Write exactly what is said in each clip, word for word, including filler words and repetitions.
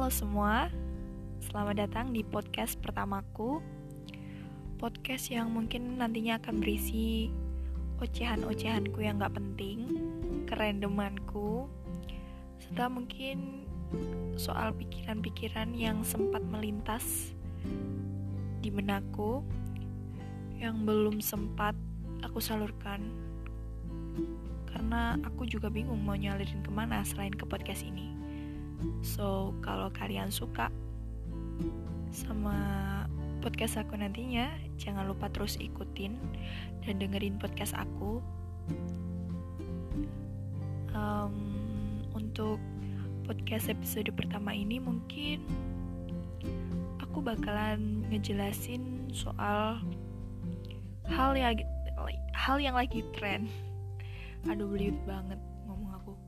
Halo semua, selamat datang di podcast pertamaku. Podcast yang mungkin nantinya akan berisi ocehan-ocehanku yang gak penting, kerandomanku, serta mungkin soal pikiran-pikiran yang sempat melintas di benakku yang belum sempat aku salurkan, karena aku juga bingung mau nyalirin kemana selain ke podcast ini. So, kalau kalian suka sama podcast aku nantinya, jangan lupa terus ikutin dan dengerin podcast aku. um, Untuk podcast episode pertama ini mungkin aku bakalan ngejelasin soal hal yang hal yang lagi tren. Aduh, beliut banget ngomong aku.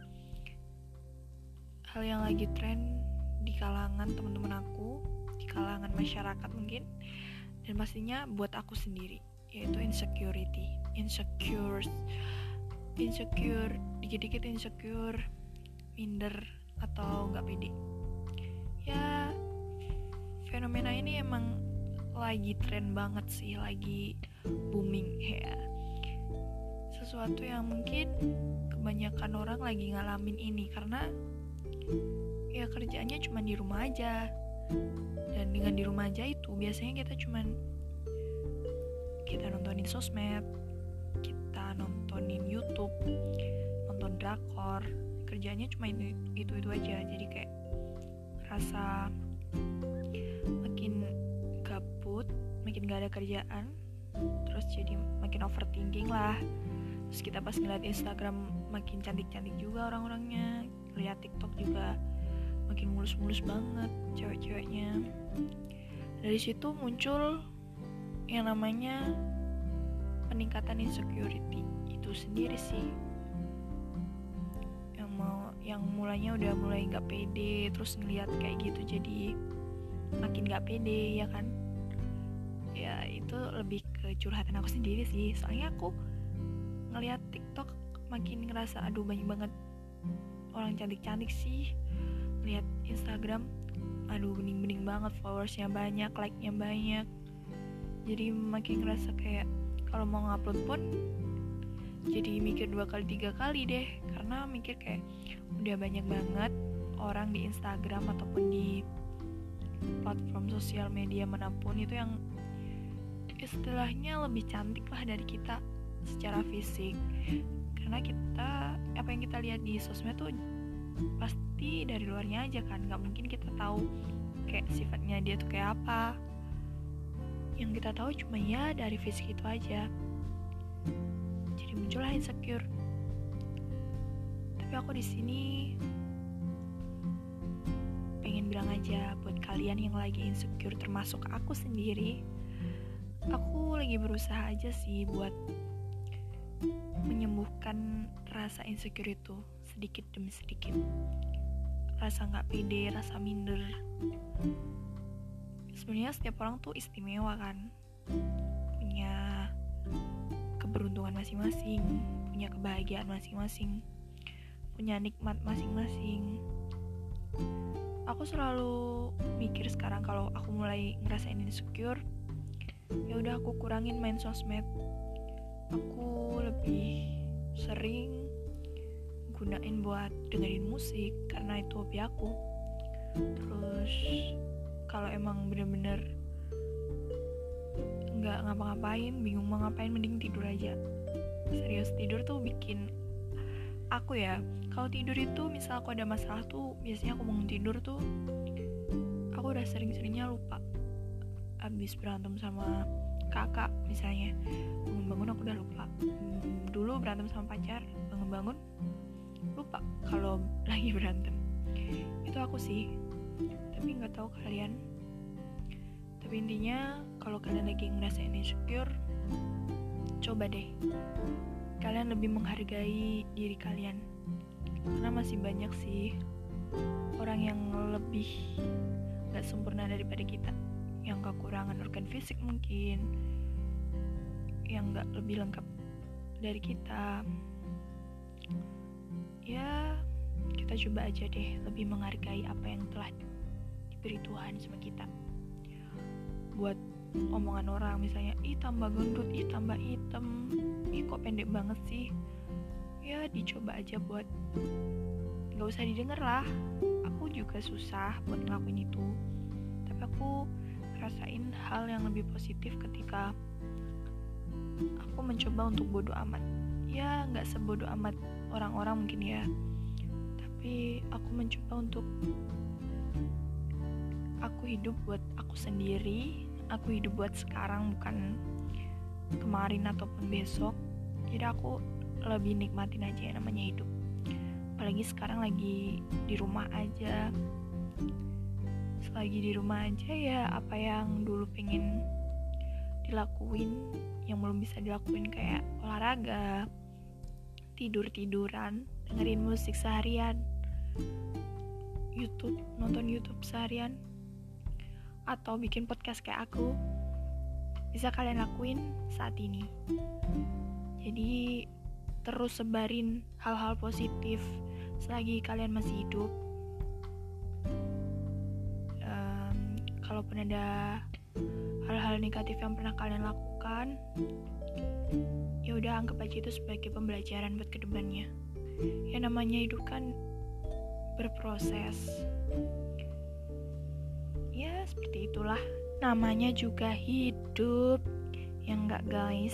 Hal yang lagi tren di kalangan teman-teman aku, di kalangan masyarakat mungkin, dan pastinya buat aku sendiri, yaitu insecurity, insecure, insecure, dikit-dikit insecure, minder atau nggak pede. Ya, fenomena ini emang lagi tren banget sih, lagi booming ya. Sesuatu yang mungkin kebanyakan orang lagi ngalamin ini karena ya kerjaannya cuma di rumah aja, dan dengan di rumah aja itu biasanya kita cuman kita nontonin sosmed, kita nontonin YouTube, nonton drakor, kerjanya cuma itu itu, itu aja. Jadi kayak rasa makin gabut, makin gak ada kerjaan, terus jadi makin overthinking lah. Terus kita pas ngeliat Instagram makin cantik-cantik juga orang-orangnya, lihat TikTok juga makin mulus-mulus banget cewek-ceweknya. Dari situ muncul yang namanya peningkatan insecurity itu sendiri sih, yang mau yang mulanya udah mulai nggak pede, terus ngelihat kayak gitu jadi makin nggak pede, ya kan? Ya itu lebih ke curhatan aku sendiri sih, soalnya aku ngelihat TikTok makin ngerasa aduh banyak banget orang cantik-cantik sih. Lihat Instagram, aduh bening-bening banget, followersnya banyak, like-nya banyak. Jadi makin ngerasa kayak kalau mau ngupload pun jadi mikir dua kali tiga kali deh, karena mikir kayak udah banyak banget orang di Instagram ataupun di platform sosial media manapun itu yang istilahnya lebih cantik lah dari kita secara fisik. Karena kita, apa yang kita lihat di sosmed tuh pasti dari luarnya aja kan, nggak mungkin kita tahu kayak sifatnya dia tuh kayak apa. Yang kita tahu cuma ya dari fisik itu aja. Jadi muncullah insecure. Tapi aku di sini pengen bilang aja buat kalian yang lagi insecure, termasuk aku sendiri, aku lagi berusaha aja sih buat menyembuhkan rasa insecure itu sedikit demi sedikit. Rasa gak pede, rasa minder. Sebenarnya setiap orang tuh istimewa kan, punya keberuntungan masing-masing, punya kebahagiaan masing-masing, punya nikmat masing-masing. Aku selalu mikir sekarang kalau aku mulai ngerasain insecure, ya udah aku kurangin main sosmed. Aku lebih sering gunain buat dengerin musik karena itu hobi aku. Terus kalau emang bener-bener nggak ngapa-ngapain, bingung mau ngapain, mending tidur aja. Serius, tidur tuh bikin aku ya, kalau tidur itu misal aku ada masalah tuh biasanya aku bangun tidur tuh aku udah sering-seringnya lupa. Abis berantem sama kakak misalnya, bangun-bangun aku udah lupa. hmm, Dulu berantem sama pacar, bangun-bangun lupa kalau lagi berantem. Itu aku sih, tapi nggak tahu kalian. Tapi intinya kalau kalian lagi ngerasain insecure, coba deh kalian lebih menghargai diri kalian, karena masih banyak sih orang yang lebih nggak sempurna daripada kita, yang kekurangan organ fisik mungkin, yang gak lebih lengkap dari kita. Ya, kita coba aja deh lebih menghargai apa yang telah dari Tuhan sama kita. Buat omongan orang misalnya, ih tambah gendut, ih tambah hitam, ih kok pendek banget sih, ya dicoba aja buat gak usah didengar lah. Aku juga susah buat ngelakuin itu, tapi aku rasain hal yang lebih positif ketika aku mencoba untuk bodo amat. Ya gak sebodo amat orang-orang mungkin ya, tapi aku mencoba untuk aku hidup buat aku sendiri. Aku hidup buat sekarang, bukan kemarin ataupun besok. Jadi aku lebih nikmatin aja yang namanya hidup. Apalagi sekarang lagi di rumah aja. Selagi di rumah aja ya apa yang dulu pengen dilakuin yang belum bisa dilakuin, kayak olahraga, tidur-tiduran, dengerin musik seharian, YouTube, nonton YouTube seharian, atau bikin podcast kayak aku, bisa kalian lakuin saat ini. Jadi terus sebarin hal-hal positif selagi kalian masih hidup. Um, kalaupun ada hal-hal negatif yang pernah kalian lakukan, ya udah anggap aja itu sebagai pembelajaran buat kedepannya. Ya namanya hidup kan berproses. Ya seperti itulah, namanya juga hidup, ya enggak guys.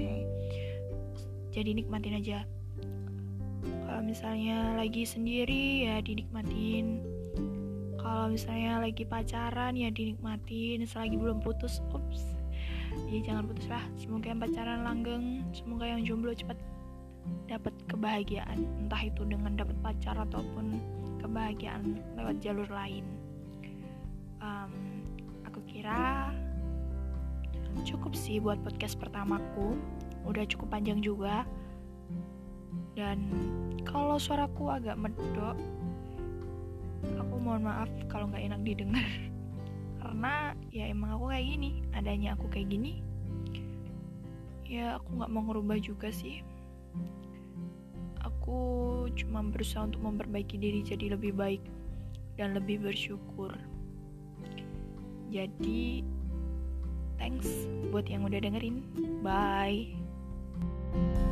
Jadi nikmatin aja. Kalau misalnya lagi sendiri ya dinikmatin. Kalau misalnya lagi pacaran ya dinikmatin. Selagi belum putus, ups, ya jangan putus lah. Semoga yang pacaran langgeng, semoga yang jomblo cepat dapat kebahagiaan, entah itu dengan dapat pacar ataupun kebahagiaan lewat jalur lain. Um, aku kira cukup sih buat podcast pertamaku. Udah cukup panjang juga. Dan kalau suaraku agak medok, aku mohon maaf kalau gak enak didengar. Karena ya emang aku kayak gini, adanya aku kayak gini. Ya aku gak mau ngerubah juga sih. Aku cuma berusaha untuk memperbaiki diri jadi lebih baik dan lebih bersyukur. Jadi thanks buat yang udah dengerin. Bye.